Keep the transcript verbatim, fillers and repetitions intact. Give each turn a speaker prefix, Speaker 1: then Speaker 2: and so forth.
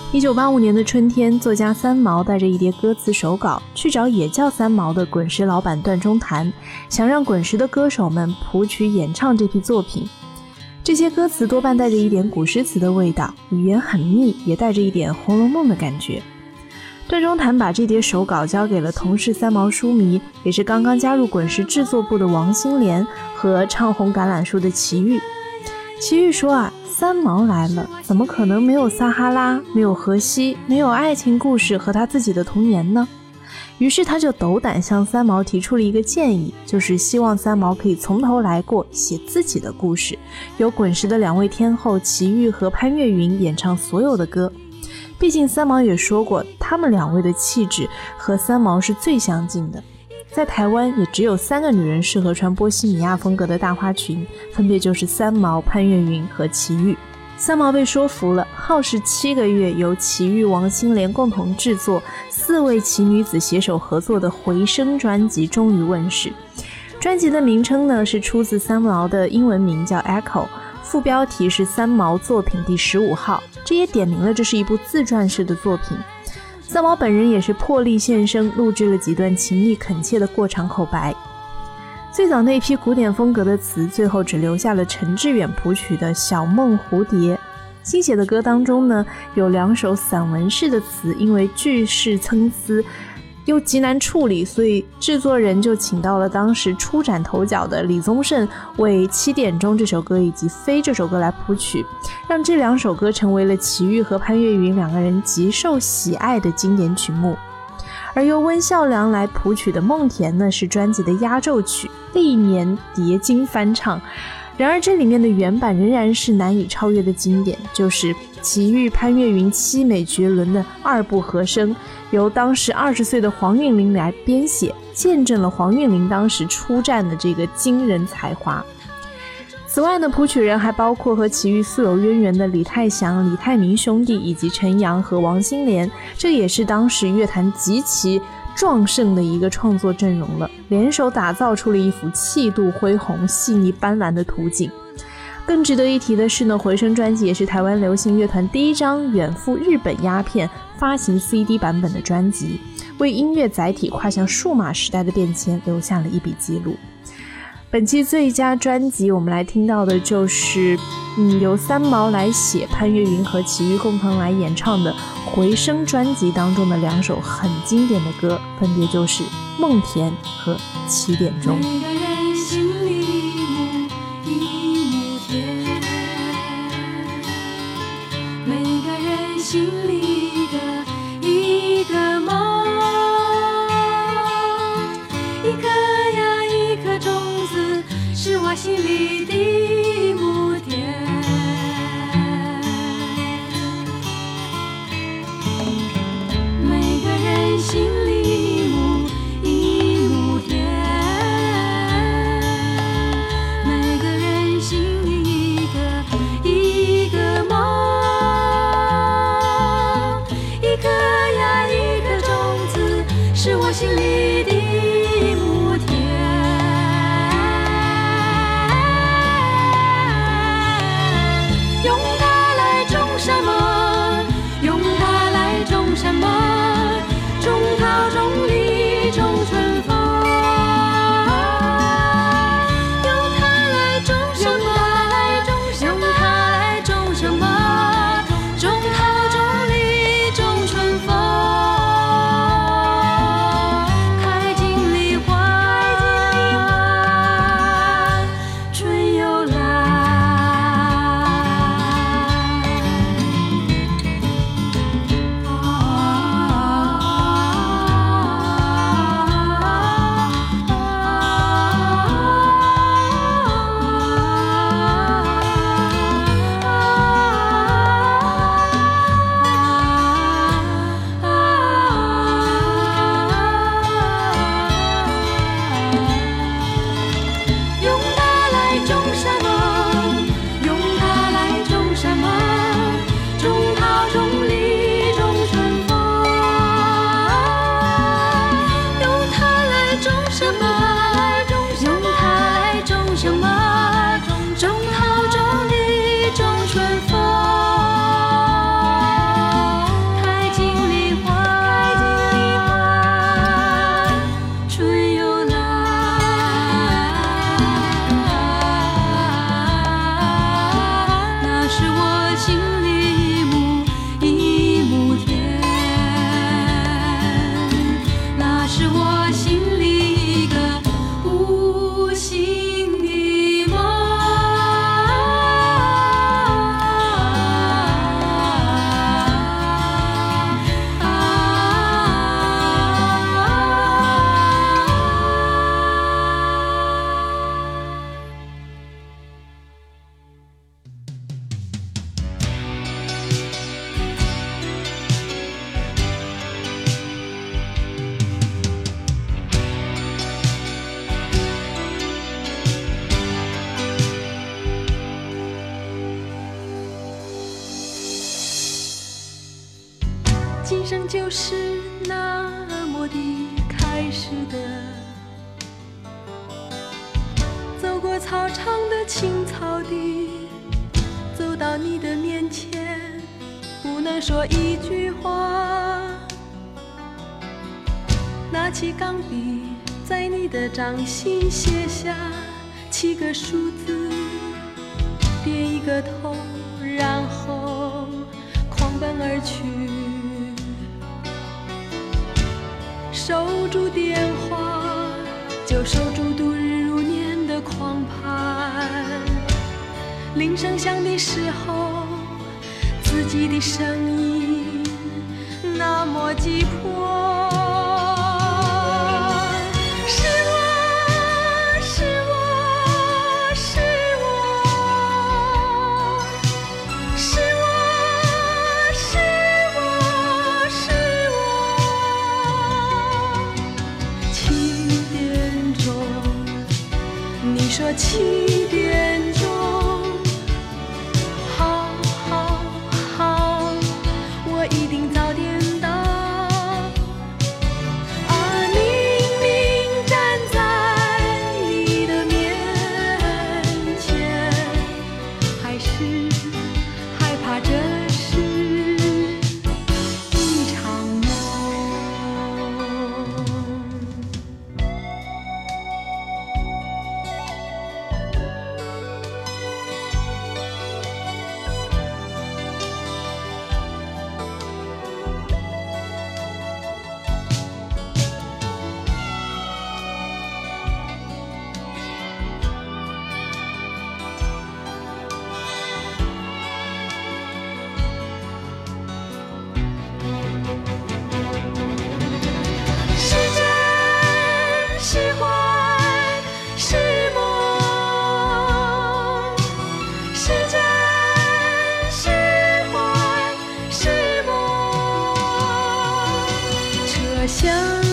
Speaker 1: 一九八五年的春天，作家三毛带着一叠歌词手稿去找也叫三毛的滚石老板段中谈，想让滚石的歌手们谱曲演唱这批作品。这些歌词多半带着一点古诗词的味道，语言很密，也带着一点《红楼梦》的感觉。段中谈把这叠手稿交给了同是三毛书迷，也是刚刚加入滚石制作部的王心莲和唱红橄榄树的齐豫。齐豫说啊，三毛来了，怎么可能没有撒哈拉，没有荷西，没有爱情故事和他自己的童年呢？于是他就斗胆向三毛提出了一个建议，就是希望三毛可以从头来过，写自己的故事，由滚石的两位天后齐豫和潘越云演唱所有的歌。毕竟三毛也说过，他们两位的气质和三毛是最相近的。在台湾也只有三个女人适合穿波西米亚风格的大花裙，分别就是三毛、潘越云和齐豫。三毛被说服了，耗时七个月，由齐豫、王心莲共同制作，四位奇女子携手合作的《回声》专辑终于问世。专辑的名称呢是出自三毛的英文名叫 Echo， 副标题是三毛作品第十五号，这也点明了这是一部自传式的作品。三毛本人也是破例现身，录制了几段情意恳切的过场口白。最早那批古典风格的词，最后只留下了陈志远谱曲的《小梦蝴蝶》。新写的歌当中呢，有两首散文式的词，因为句式参差又极难处理，所以制作人就请到了当时出斩头角的李宗盛为《七点钟》这首歌以及《飞》这首歌来谱曲，让这两首歌成为了齐豫和潘越云两个人极受喜爱的经典曲目。而由温孝良来谱曲的《梦田》呢，是专辑的压轴曲，历年叠金翻唱。然而这里面的原版仍然是难以超越的经典，就是齐豫、潘越云凄美绝伦的二部和声，由当时二十岁的黄韵玲来编写，见证了黄韵玲当时出战的这个惊人才华。此外呢，谱曲人还包括和齐豫素有渊源的李泰祥、李泰民兄弟以及陈扬和王心莲，这也是当时乐坛极其壮盛的一个创作阵容了，联手打造出了一幅气度恢宏、细腻斑斓的图景。更值得一提的是呢，回声专辑也是台湾流行乐团第一张远赴日本鸦片发行 C D 版本的专辑，为音乐载体跨向数码时代的变迁留下了一笔记录。本期最佳专辑我们来听到的就是嗯，由三毛来写，潘越云和齐豫共同来演唱的回声专辑当中的两首很经典的歌，分别就是梦田和七点钟。
Speaker 2: 每个人心里一亩田，每个人心里的一个梦，一颗呀一颗种子是我心里的一亩田，每个人心里一亩田，每个人心里一个一个梦，一颗呀一颗种子是我心里的一亩田。 今生就是那么的开始的，走过操场的青草地，走到你的面前，不能说一句话，拿起钢笔，在你的掌心写下七个数字，点一个头，然后狂奔而去。守住电话，就守住度日如年的狂攀。铃声响的时候，自己的声音那么急迫。说七点钟，好，好，好，我一定早点到。啊，明明站在你的面前，还是害怕这是一场梦。想